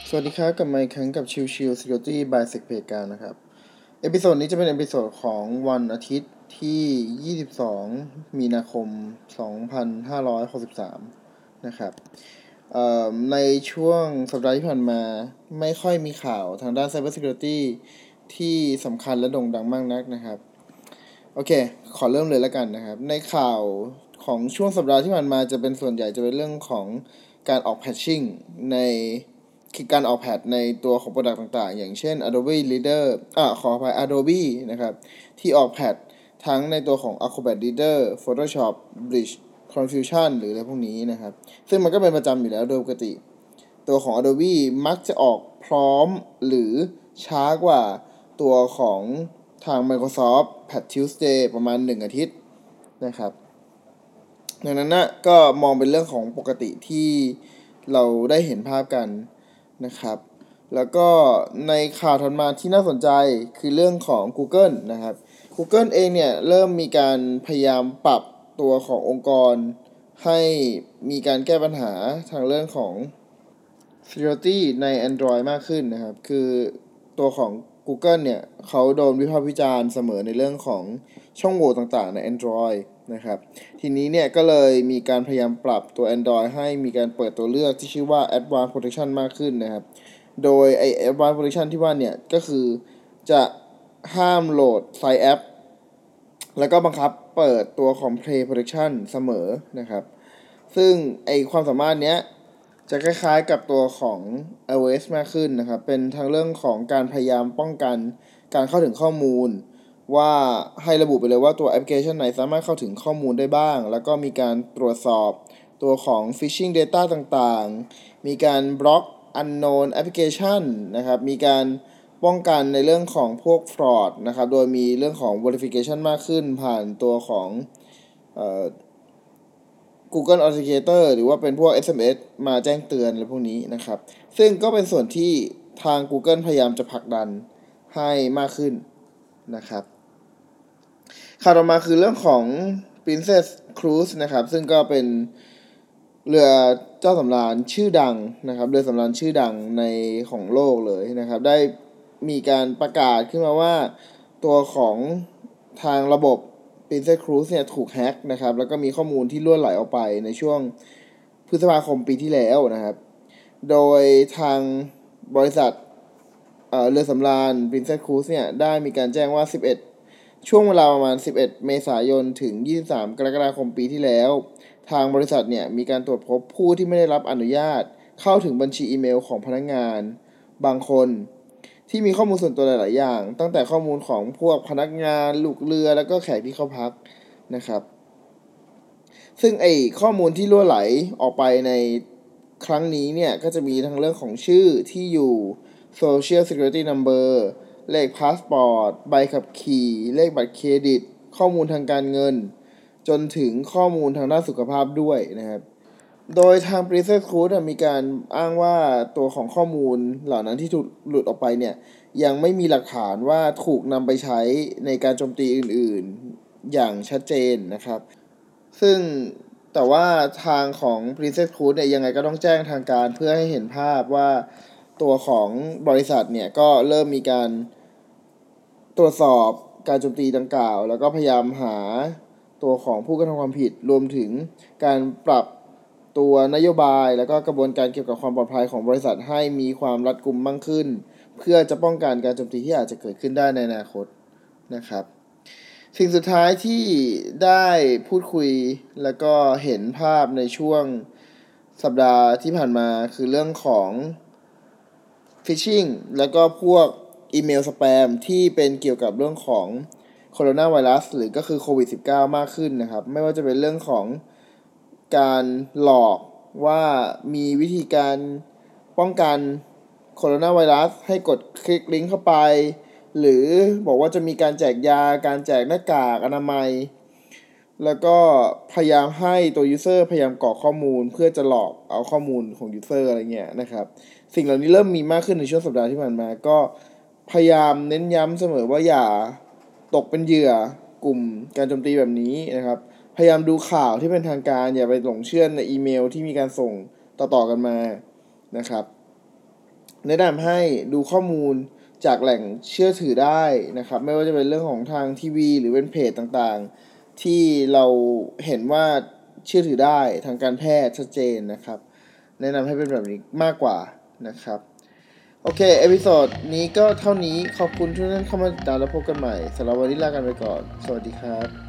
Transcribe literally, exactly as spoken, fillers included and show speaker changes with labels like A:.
A: สวัสดีครับกลับมาอีกครั้งกับชิวชิว Security by Sec เพจการนะครับเอพิโซดนี้จะเป็นเอพิโซดของวันอาทิตย์ที่ยี่สิบสองมีนาคมสองพันห้าร้อยหกสิบสามนะครับในช่วงสัปดาห์ที่ผ่านมาไม่ค่อยมีข่าวทางด้าน Cyber Security ที่สำคัญและโด่งดังมากนักนะครับโอเคขอเริ่มเลยแล้วกันนะครับในข่าวของช่วงสัปดาห์ที่ผ่านมาจะเป็นส่วนใหญ่จะเป็นเรื่องของการออกแพทชิ่งในคือการออกแพทในตัวของ Product ต่างๆอย่างเช่น Adobe Reader อ่ะขออภัย Adobe นะครับที่ออกแพททั้งในตัวของ Acrobat Reader Photoshop Bridge Confusion หรืออะไรพวกนี้นะครับซึ่งมันก็เป็นประจำอยู่แล้วโดยปกติตัวของ Adobe มักจะออกพร้อมหรือช้ากว่าตัวของทาง Microsoft Patch Tuesday ประมาณหนึ่งอาทิตย์นะครับดังนั้นนะก็มองเป็นเรื่องของปกติที่เราได้เห็นภาพกันนะครับแล้วก็ในข่าวถัดมาที่น่าสนใจคือเรื่องของ Google นะครับ Google เองเนี่ยเริ่มมีการพยายามปรับตัวขององค์กรให้มีการแก้ปัญหาทางเรื่องของ Security ใน Android มากขึ้นนะครับคือตัวของ Google เนี่ยเขาโดนวิพากษ์วิจารณ์เสมอในเรื่องของช่องโหว่ต่างๆใน Android นะครับทีนี้เนี่ยก็เลยมีการพยายามปรับตัว Android ให้มีการเปิดตัวเลือกที่ชื่อว่า Advanced Protection มากขึ้นนะครับโดยไอ้ Advanced Protection ที่ว่าเนี่ยก็คือจะห้ามโหลดไซต์แอปแล้วก็บังคับเปิดตัวของ Play Protection เสมอนะครับซึ่งไอความสามารถเนี้ยจะคล้ายๆกับตัวของ iOS มากขึ้นนะครับเป็นทางเรื่องของการพยายามป้องกันการเข้าถึงข้อมูลว่าให้ระบุไปเลยว่าตัวแอปพลิเคชันไหนสามารถเข้าถึงข้อมูลได้บ้างแล้วก็มีการตรวจสอบตัวของ phishing data ต่างๆมีการบล็อก unknown application นะครับมีการป้องกันในเรื่องของพวก fraud นะครับโดยมีเรื่องของ verification มากขึ้นผ่านตัวของเอ่อ Google Authenticator หรือว่าเป็นพวก เอส เอ็ม เอส มาแจ้งเตือนอะไรพวกนี้นะครับซึ่งก็เป็นส่วนที่ทาง Google พยายามจะผลักดันให้มากขึ้นนะครับข่าวต่อมาคือเรื่องของ Princess Cruise นะครับซึ่งก็เป็นเรือเจ้าสำราญชื่อดังนะครับเรือสำราญชื่อดังในของโลกเลยนะครับได้มีการประกาศขึ้นมาว่าตัวของทางระบบ Princess Cruise เนี่ยถูกแฮ็กนะครับแล้วก็มีข้อมูลที่ล่วไหลออกไปในช่วงพฤษภาคมปีที่แล้วนะครับโดยทางบริษัท เอ่อเรือสำราญ Princess Cruise เนี่ยได้มีการแจ้งว่าสิบเอ็ดช่วงเวลาประมาณสิบเอ็ดเมษายนถึงยี่สิบสามกรกฎาคมปีที่แล้วทางบริษัทเนี่ยมีการตรวจพบผู้ที่ไม่ได้รับอนุญาตเข้าถึงบัญชีอีเมลของพนักงานบางคนที่มีข้อมูลส่วนตัวหลายๆอย่างตั้งแต่ข้อมูลของพวกพนักงานลูกเรือแล้วก็แขกที่เข้าพักนะครับซึ่งไอ้ข้อมูลที่รั่วไหลออกไปในครั้งนี้เนี่ยก็จะมีทั้งเรื่องของชื่อที่อยู่ Social Security Number เลขพาสปอร์ตใบขับขี่เลขบัตรเครดิตข้อมูลทางการเงินจนถึงข้อมูลทางด้านสุขภาพด้วยนะครับโดยทาง Princess Cruise มีการอ้างว่าตัวของข้อมูลเหล่านั้นที่ถูกหลุดออกไปเนี่ยยังไม่มีหลักฐานว่าถูกนำไปใช้ในการโจมตีอื่นๆอย่างชัดเจนนะครับซึ่งแต่ว่าทางของ Princess Cruise เนี่ยยังไงก็ต้องแจ้งทางการเพื่อให้เห็นภาพว่าตัวของบริษัทเนี่ยก็เริ่มมีการตรวจสอบการโจมตีดังกล่าวแล้วก็พยายามหาตัวของผู้กระทำความผิดรวมถึงการปรับตัวนโยบายแล้วก็กระบวนการเกี่ยวกับความปลอดภัยของบริษัทให้มีความรัดกุมมากขึ้นเพื่อจะป้องกันการโจมตีที่อาจจะเกิดขึ้นได้ในอนาคตนะครับสิ่งสุดท้ายที่ได้พูดคุยแล้วก็เห็นภาพในช่วงสัปดาห์ที่ผ่านมาคือเรื่องของ phishing แล้วก็พวกอีเมลสแปมที่เป็นเกี่ยวกับเรื่องของโคโรนาไวรัสหรือก็คือโควิด สิบเก้า มากขึ้นนะครับไม่ว่าจะเป็นเรื่องของการหลอกว่ามีวิธีการป้องกันโคโรนาไวรัสให้กดคลิกลิงก์เข้าไปหรือบอกว่าจะมีการแจกยาการแจกหน้ากากอนามัยแล้วก็พยายามให้ตัวยูเซอร์พยายามกรอกข้อมูลเพื่อจะหลอกเอาข้อมูลของยูเซอร์อะไรเงี้ยนะครับสิ่งเหล่านี้เริ่มมีมากขึ้นในช่วงสัปดาห์ที่ผ่านมาก็พยายามเน้นย้ำเสมอว่าอย่าตกเป็นเหยื่อกลุ่มการโจมตีแบบนี้นะครับพยายามดูข่าวที่เป็นทางการอย่าไปหลงเชื่อในอีเมลที่มีการส่งต่อๆกันมานะครับแนะนำให้ดูข้อมูลจากแหล่งเชื่อถือได้นะครับไม่ว่าจะเป็นเรื่องของทางทีวีหรือเป็นเพจต่างๆที่เราเห็นว่าเชื่อถือได้ทางการแพทย์ชัดเจนนะครับแนะนำให้เป็นแบบนี้มากกว่านะครับโอเคเอพิโซดนี้ก็เท่านี้ขอบคุณทุกท่านเข้ามาติดตามและพบกันใหม่สำหรับวันนี้ลากันไปก่อนสวัสดีครับ